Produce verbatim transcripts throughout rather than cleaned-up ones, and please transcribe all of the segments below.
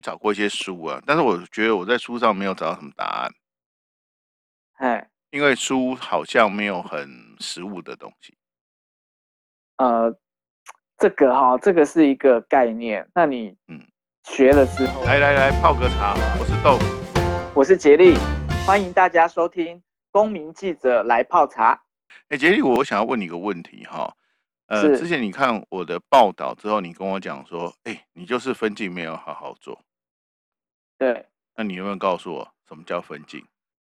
找过一些书啊，但是我觉得我在书上没有找到什么答案， 哎， 因为书好像没有很实物的东西。 呃，这个哈、这个是一个概念。那你嗯， 学了之后， 来来来，泡个茶，我是豆腐。 我是杰力，欢迎大家收听《公民记者来泡茶》。 哎，杰里，我想要问你一个问题哈。呃，之是， 前你看我的报道之后，你跟我讲说，哎，你就是分镜没有好好做。 对， 那你有没有告诉我什么叫分镜？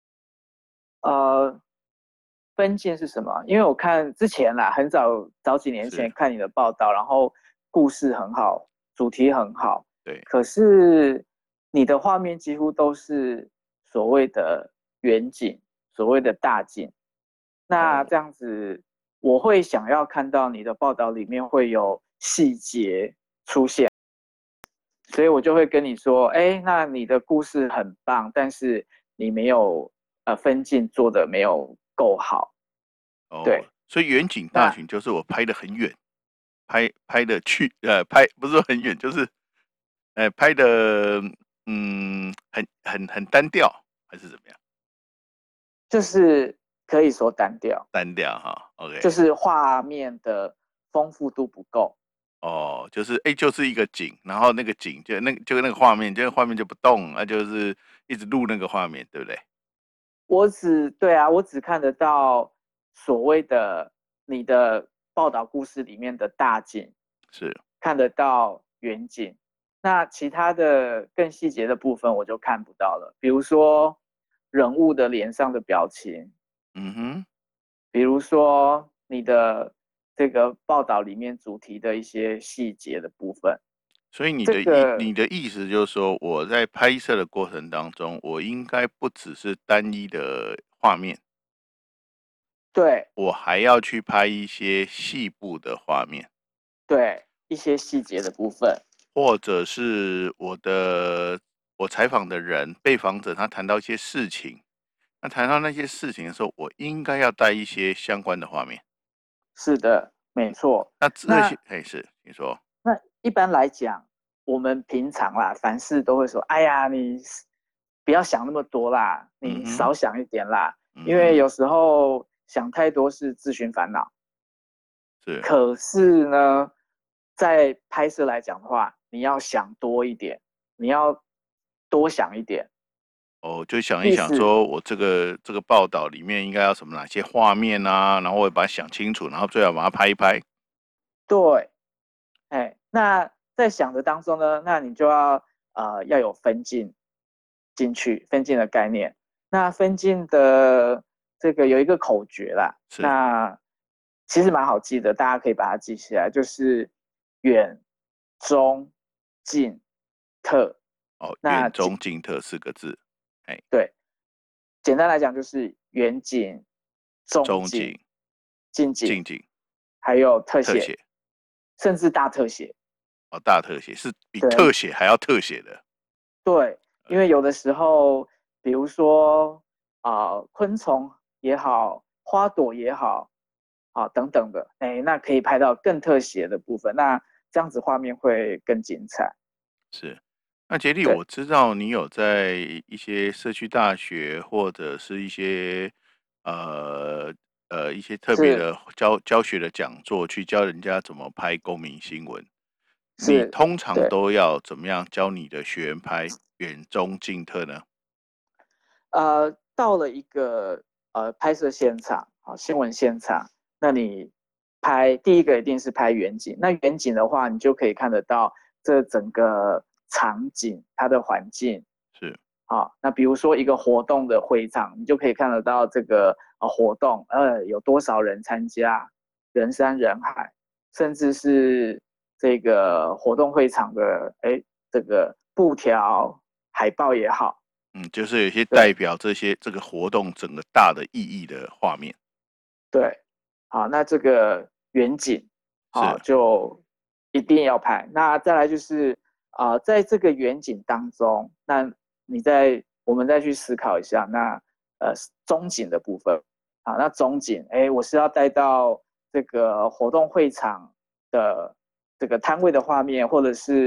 呃，分界是什么？因为我看之前啦，很早早几年是， 前看你的报道，然后故事很好，主题很好， 对， 可是你的画面几乎都是所谓的远景，所谓的大景。那哦， 这样子，我会想要看到你的报道里面会有细节出现，所以我就会跟你说，哎，那你的故事很棒，但是你没有呃分镜做的没有够好。 哦， 对， 所以远景大那群就是我拍的很远，拍拍的去，呃，拍不是说很远，就是，呃，拍的，嗯，很很很单调，还是怎么样？ 就是可以说单调， 单调哈，OK。 就是画面的丰富度不够。 哦，就是哎、诶就是一个景，然后那个景就那就那个画面，就画面就不动，那、就是一直录那个画面，对不对？ 我只对啊，我只看得到所谓的你的报道故事里面的大景， 是， 看得到远景，那其他的更细节的部分我就看不到了。比如说人物的脸上的表情， 嗯哼。 比如说你的这个报道里面主题的一些细节的部分， 所以你这的意个你的意思就是说，我在拍摄的过程当中，我应该不只是单一的画面， 对我还要去拍一些细部的画面。 对一些细节的部分， 或者是我的我采访的人被访者他谈到一些事情，那谈到那些事情的时候，我应该要带一些相关的画面。 是的，没错。 那这些， 那哎，是你说。 那一般来讲，我们平常啦，凡事都会说：“哎呀，你不要想那么多啦，你嗯哼。 少想一点啦。” 嗯哼。 因为有时候想太多是自寻烦恼。 是。 可是呢，在拍摄来讲的话，你要想多一点，你要多想一点。 哦，就想一想， 意思说我这个这个报道里面应该要什么哪些画面啊，然后我把它想清楚，然后最好把它拍一拍。 对，哎，那在想的当中呢，那你就要呃要有分镜进去，分镜的概念。那分镜的这个有一个口诀啦， 是。 那其实蛮好记的，大家可以把它记起来，就是远、中、近、特。 哦，远那近中近特四个字。哎， 对，简单来讲就是远景、中景、 中景、 近景， 近景、 还有特写， 特写。 甚至大特写。 哦，大特写是比特对， 写还要特写的。 对，因为 OK。 有的时候，比如说啊、呃昆虫也好，花朵也好，啊、等等的，哎，那可以拍到更特写的部分，那这样子画面会更精彩。 是。那杰利， 对， 我知道你有在一些社区大学或者是一些呃呃一些特别是的教教学的讲座，去教人家怎么拍公民新闻。你是， 通常对， 都要怎么样教你的学员拍远中近特呢？ 呃，到了一个呃拍摄现场，好、新闻现场，那你拍第一个一定是拍远景，那远景的话，你就可以看得到这整个场景它的环境。 是。 好，那比如说一个活动的会场，你就可以看得到这个呃活动，呃有多少人参加，人山人海，甚至是这个活动会场的，哎，这个布条、海报也好， 嗯，就是有一些代对表这些这个活动整个大的意义的画面。 对，好，那这个远景，好是。 就一定要拍。那再来就是啊、呃在这个远景当中，那你再我们再去思考一下，那呃中景的部分，啊，那中景，哎，我是要带到这个活动会场的这个摊位的画面，或者是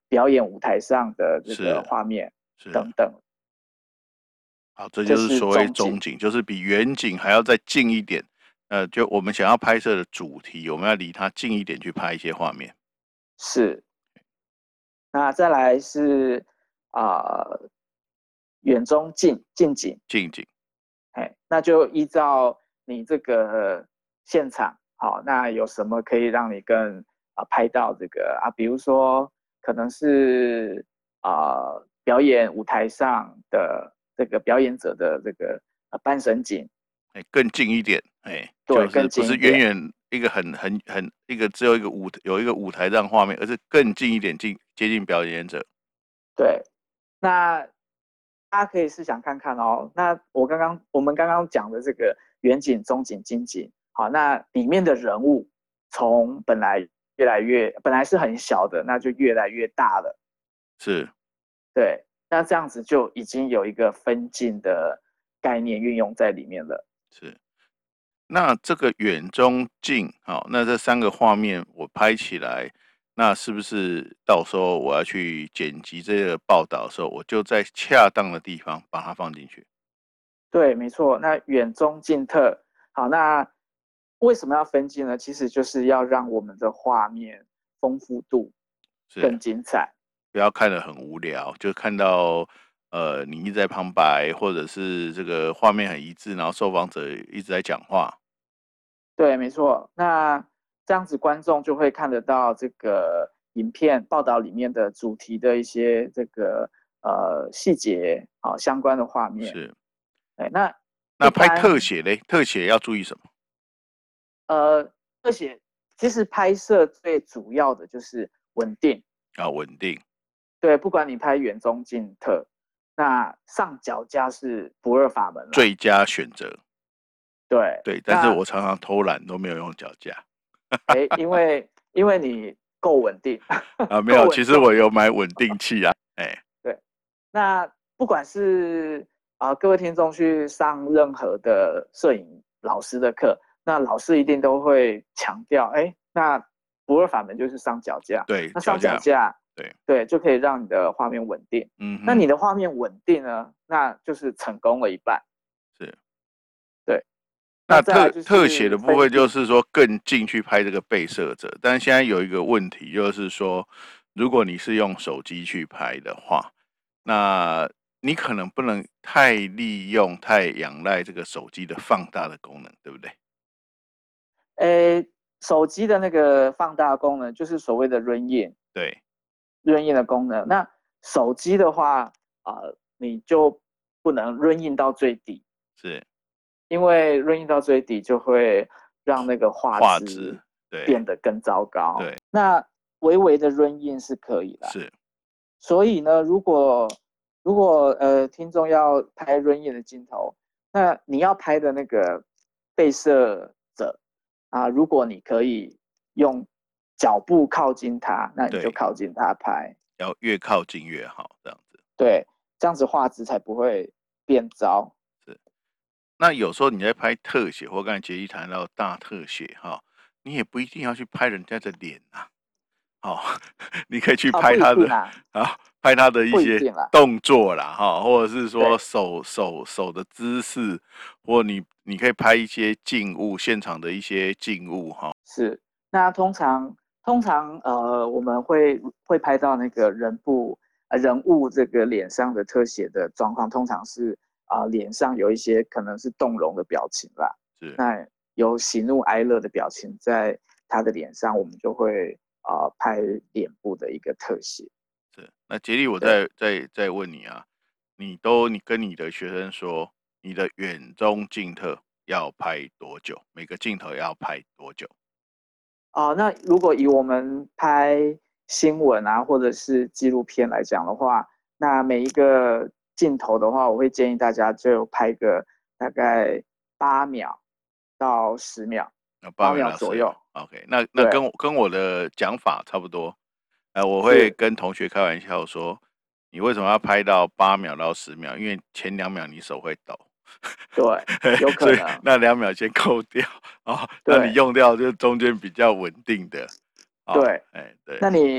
表演舞台上的这个是画面是。 等等。 好，这这是就是所谓中景。 中景，就是比远景还要再近一点。呃，就我们想要拍摄的主题，我们要离它近一点去拍一些画面。 是。那再来是啊、呃远中近近景。 近景哎，那就依照你这个现场，好，那有什么可以让你更啊、拍到这个啊？比如说可能是啊、表演舞台上的这个表演者的这个呃半身景。 哎，更近一点，哎， 对，更就是不是远近一点。 远一个很很很一个只有一个舞有一个舞台这样画面，而是更近一点，近接近表演者。 对，那大家可以试想看看哦。那我刚刚我们刚刚讲的这个远景、中景、近景，好，那里面的人物从本来越来越本来是很小的，那就越来越大了。 是对，那这样子就已经有一个分镜的概念运用在里面了。 是。那这个远中近，好，那这三个画面我拍起来，那是不是到时候我要去剪辑这个报道的时候，我就在恰当的地方把它放进去？ 对，没错。那远中近特，好，那为什么要分镜呢？其实就是要让我们的画面丰富度是， 更精彩。 不要看得很无聊，就看到呃你一直在旁白，或者是这个画面很一致，然后受访者一直在讲话。 对，没错。那这样子观众就会看得到这个影片报道里面的主题的一些这个呃细节，好、相关的画面。 是。 哎，那一那拍特般写嘞，特写要注意什么？ 呃特写其实拍摄最主要的就是稳定。 啊，稳定， 对，不管你拍远中近特，那上脚架是不二法门啦。 最佳选择。 对， 对，但是那我常常偷懒，都没有用脚架。 哎，因为因为你够稳定， 啊，没有，其实够稳重。 我有买稳定器啊。哎， 对，那不管是啊、呃各位听众去上任何的摄影老师的课，那老师一定都会强调，哎，那不二法门就是上脚架。 对， 那上脚脚架， 架， 对， 对，就可以让你的画面稳定。 嗯哼， 那你的画面稳定呢，那就是成功了一半。 是。 对，那那再来就是特特写的部分就分镜。 是说更近去拍这个被摄者，但现在有一个问题，就是说，如果你是用手机去拍的话，那你可能不能太利用、太仰赖这个手机的放大的功能，对不对？ 诶，手机的那个放大功能就是所谓的 Rain In。 对， Rain In 的功能。那手机的话，啊、呃你就不能 Rain In 到最底， 是因为 Rain In 到最底就会让那个画质画质，对变得更糟糕。 对那微微的 Rain In 是可以的。 是所以呢，如果如果呃听众要拍 Rain In 的镜头，那你要拍的那个被摄者啊，如果你可以用脚步靠近他，那你就对， 靠近他拍。 要越靠近越好，这样子对，这样子画质才不会变糟。 是。那有时候你在拍特写，或刚才杰一谈到大特写哈，你也不一定要去拍人家的脸啊。哦，你可以去啊，不一拍他的定啦。 啊，拍他的一些不一定啦。 动作啦，哈，或者是说对， 手手手的姿势，或你你可以拍一些静物，现场的一些静物哈。 是。那通常通常呃，我们会会拍到那个人部呃人物这个脸上的特写的状况，通常是啊、呃脸上有一些可能是动容的表情啦。 是那有喜怒哀乐的表情在他的脸上，我们就会啊、呃拍脸部的一个特写。 是。那杰力，我对。 再再再问你啊，你都你跟你的学生说，你的远中近特要拍多久？每个镜头要拍多久？ 哦，那如果以我们拍新闻啊，或者是纪录片来讲的话，那每一个镜头的话，我会建议大家就拍个大概八秒到十秒， 那八八秒到十秒秒左右。 ，OK。那那跟对， 我跟我的讲法差不多。呃，我会是。 跟同学开玩笑说，你为什么要拍到八秒到十秒？因为前两秒你手会抖， 对，有所以可能。 那两秒先扣掉哦，那你对用掉就中间比较稳定的哦， 对。 哎，对， 那你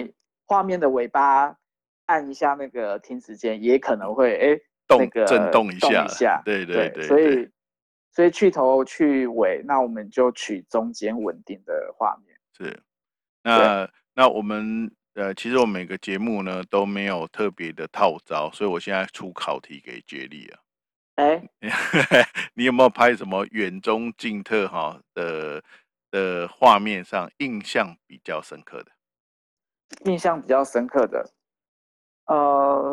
画面的尾巴按一下那个停止键，也可能会哎那动震个动一下， 动一下。 对对对， 对对， 所以所以去头去尾，那我们就取中间稳定的画面。 是。 对， 那那我们呃，其实我每个节目呢都没有特别的套招，所以我现在出考题给杰力啊。 哎， 你有没有拍什么远中近特哈的的画面上印象比较深刻的？ 印象比较深刻的，呃，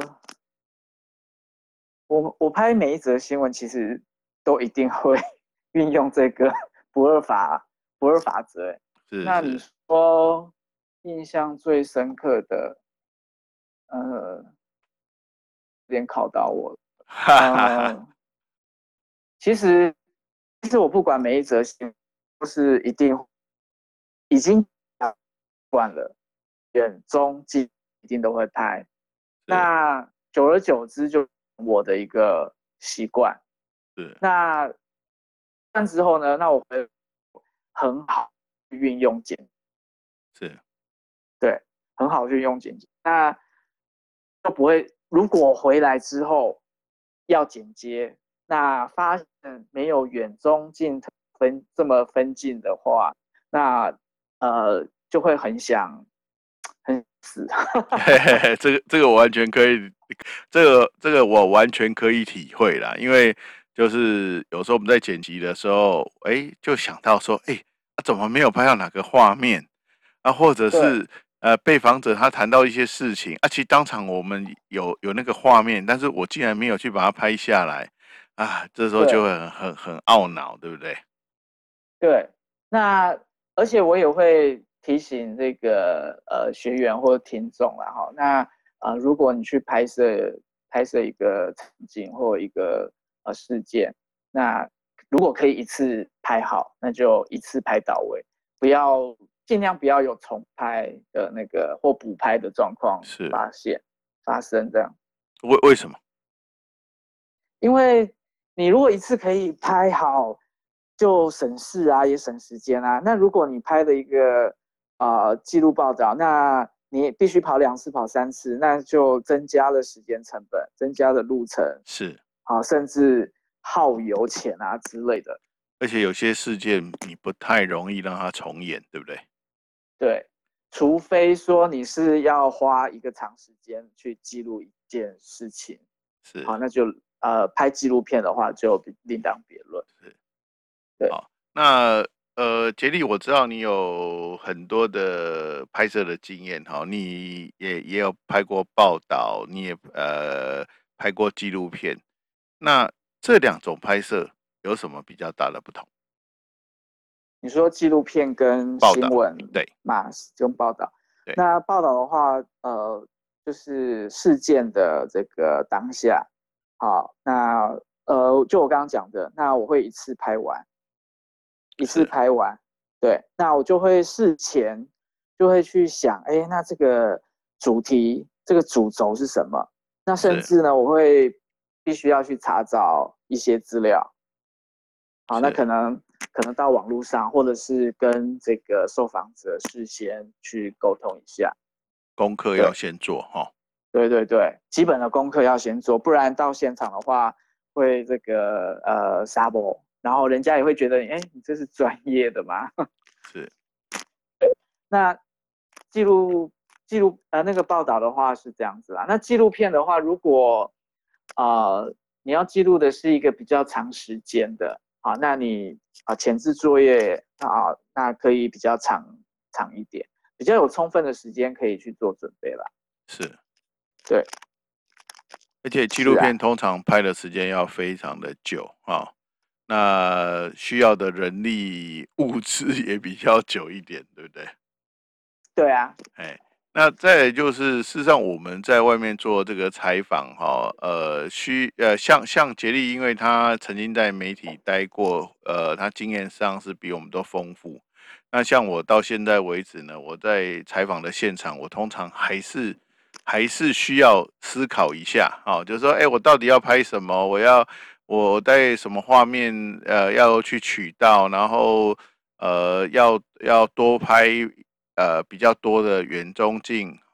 我我拍每一则新闻，其实都一定会运用这个不二法不二法则。那你是是， 说印象最深刻的，呃，有点考到我了。 哈哈哈， 呃，其实其实我不管每一则新闻，都是一定已经惯了，远中近一定都会拍。 是那久而久之，就我的一个习惯。 是那那之后呢，那我会很好运用剪， 是对，很好运用剪辑。那就不会，如果回来之后要剪接，那发现没有远中近分这么分镜的话，那呃就会很想很死。 嘿嘿嘿，这个这个我完全可以，这个这个我完全可以体会啦。因为就是有时候我们在剪辑的时候，哎，就想到说，哎，啊怎么没有拍到哪个画面啊？或者对是呃，被访者他谈到一些事情啊，其实当场我们有有那个画面，但是我竟然没有去把它拍下来啊，这时候就对会很很很懊恼，对不对？ 对，那而且我也会提醒这个呃学员或听众啦哈，那呃如果你去拍摄拍摄一个场景或一个呃事件，那如果可以一次拍好，那就一次拍到位，不要尽量不要有重拍的那个或补拍的状况是发现发生这样。 为为什么？ 因为你如果一次可以拍好，就省事啊，也省时间啊。那如果你拍的一个呃记录报道，那你必须跑两次、跑三次，那就增加了时间成本，增加了路程， 是， 好、甚至耗油钱啊之类的。 而且有些事件你不太容易让它重演，对不对？ 对，除非说你是要花一个长时间去记录一件事情， 是好，那就呃拍纪录片的话就另当别论。 是。 对。 好，那呃，杰力，我知道你有很多的拍摄的经验哈，你也也有拍过报道，你也呃拍过纪录片。那这两种拍摄有什么比较大的不同？ 你说纪录片跟报道， 新闻对嘛，这种报道。 对那报道的话，呃，就是事件的这个当下，好，那呃，就我刚刚讲的，那我会一次拍完，一次是拍完，对，那我就会事前就会去想，哎，那这个主题，这个主轴是什么？那甚是至呢，我会必须要去查找一些资料，好，那是， 可能可能到网络上，或者是跟这个受访者事先去沟通一下。 功课要对先做哈。 对对对，基本的功课要先做，不然到现场的话会这个呃沙博，然后人家也会觉得，哎，你这是专业的吗？ 是那记录记录呃那个报道的话是这样子啦。那纪录片的话，如果呃你要记录的是一个比较长时间的啊，那你啊前置作业啊，那可以比较长长一点，比较有充分的时间可以去做准备啦。 是， 对， 而且纪是啊， 录片通常拍的时间要非常的久啊，那需要的人力物资也比较久一点，对不对？ 对啊， 哎，那再来就是，事实上我们在外面做这个采访哈，呃，需呃像像杰利，因为他曾经在媒体待过，呃，他经验上是比我们都丰富。那像我到现在为止呢，我在采访的现场，我通常还是还是需要思考一下，哦，就是说，哎，我到底要拍什么？我要我在什么画面，呃，要去取到，然后呃，要要多拍呃比较多的远中近，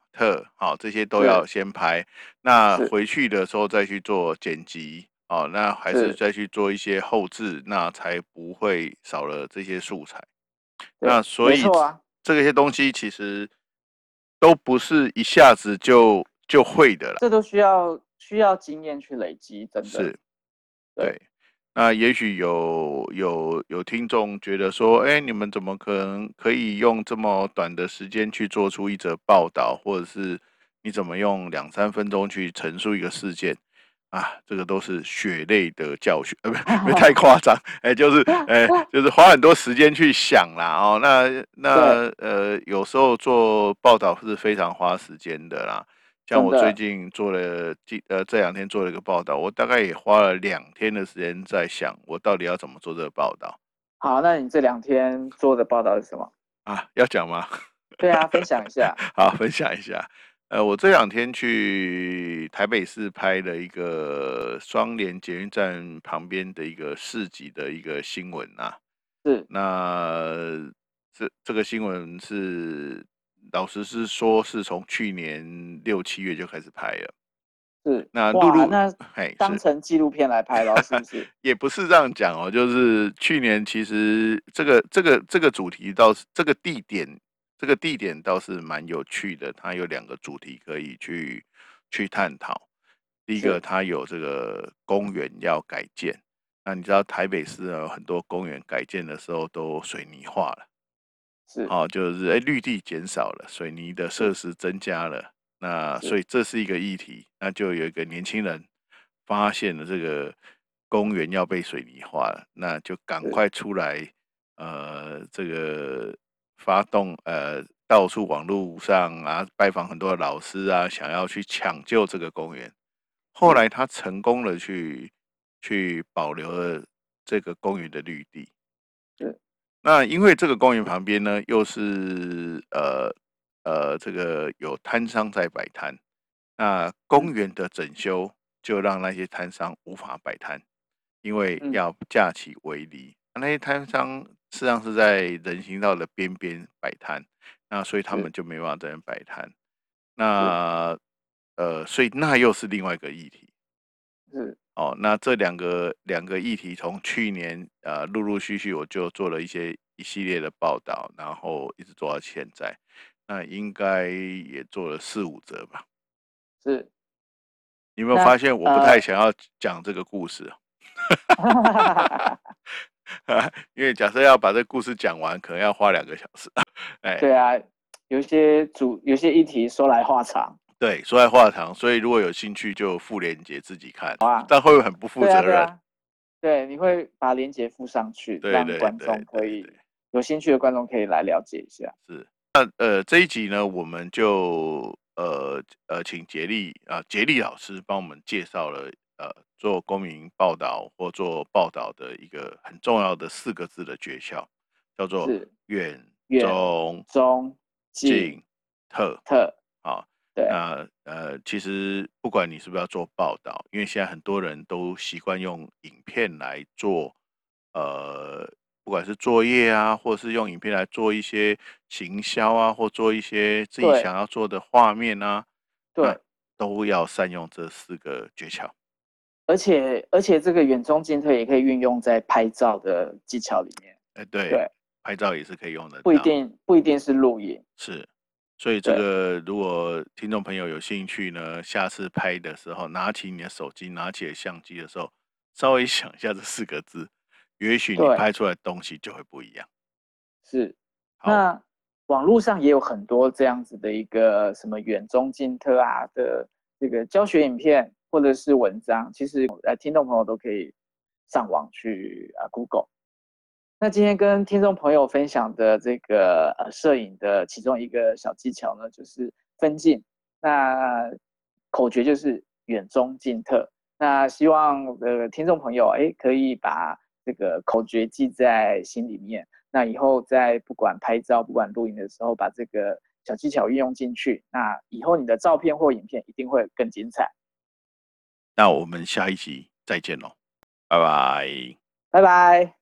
特，好、这些都要是先拍。那是回去的时候再去做剪辑，哦，那还是是， 再去做一些后置，那才不会少了这些素材。那对， 所以没错啊， 这些东西其实都不是一下子就就会的啦。 这都需要需要经验去累积，真的， 是， 对， 对。那也许有有有听众觉得说，哎，你们怎么可能可以用这么短的时间去做出一则报道，或者是你怎么用两三分钟去陈述一个事件？啊，这个都是血泪的教训，呃，不，不太夸张，哎，就是，哎，就是花很多时间去想啦，哦，那对， 那呃，有时候做报道是非常花时间的啦。像我最真的。 近做了这呃这两天做了一个报道，我大概也花了两天的时间在想，我到底要怎么做这个报道好，那你这两天做的报道是什么？ 啊？要讲吗？ 对啊，分享一下。 好，分享一下。呃，我这两天去台北市拍了一个双连捷运站旁边的一个市集的一个新闻啊。 是那这这个新闻是老实是说，是从去年六七月就开始拍了。 是，哇， 那陆陆， 那嘿，是。 当成纪录片来拍咯，是不是？ 也不是这样讲哦，就是去年其实这个这个这个主题倒是这个地点，这个地点倒是蛮有趣的，它有两个主题可以去去探讨。第一个， 是它有这个公园要改建，那你知道台北市有很多公园改建的时候都水泥化了。 是好、就是哎绿地减少了，水泥的设是施增加了，那所是以这是一个议题，那就有一个年轻人发现了这个公园要被水泥化了，那就赶是快出来，呃，这个发动呃到处网络上啊拜访很多的老师啊，想要去抢救这个公园。后是来他成功的去去保留了这个公园的绿地。 是那因为这个公园旁边呢，又是呃呃这个有摊商在摆摊，那公嗯园的整修就让那些摊商无法摆摊，因为嗯要架起围篱。那些摊商实际上是在人行道的边边摆摊，那所以他们是就没办法在那边摆摊。 是那呃，所以那又是另外一个议题。 是哦，那这两个两个议题从去年呃陆陆续续我就做了一些一系列的报道，然后一直做到现在，那应该也做了四五则吧。 是， 你有没有那发现我不太呃， 想要讲这个故事啊？因为假设要把这个故事讲完，可能要花两个小时。哎， 对啊，有一些主有些议题说来话长， 对，说来话长，所以如果有兴趣就附链接自己看， 好啊， 但会不会很不负对啊责任？ 对啊，对，你会把链接附上去， 对让观对对众可以对对。 有兴趣的观众可以来了解一下。 是，那呃这一集呢，我们就呃呃请杰力啊杰力老师帮我们介绍了呃做公民报道或做报道的一个很重要的四个字的诀窍，叫做是远远中中近近特。 特， 好， 对那呃其实不管你是不是要做报道，因为现在很多人都习惯用影片来做呃不管是作业啊，或是用影片来做一些行销啊，或做一些自己想对要做的画面啊，那对， 都要善用这四个诀窍。 而且而且这个远中近特也可以运用在拍照的技巧里面， 哎，对， 对， 拍照也是可以用得不一到。 定不一定是录影， 是，所以这对个如果听众朋友有兴趣呢，下次拍的时候，拿起你的手机，拿起了相机的时候，稍微想一下这四个字，也许你对拍出来的东西就会不一样。 是。 好， 那网络上也有很多这样子的一个什么远中近特啊的这个教学影片或者是文章，其实呃听众朋友都可以上网去啊 Google。那今天跟听众朋友分享的这个呃摄影的其中一个小技巧呢，就是分镜。那口诀就是远中近特。那希望呃听众朋友哎可以把这个口诀记在心里面。那以后在不管拍照、不管录影的时候，把这个小技巧运用进去，那以后你的照片或影片一定会更精彩。 那我们下一集再见喽，拜拜。 拜拜。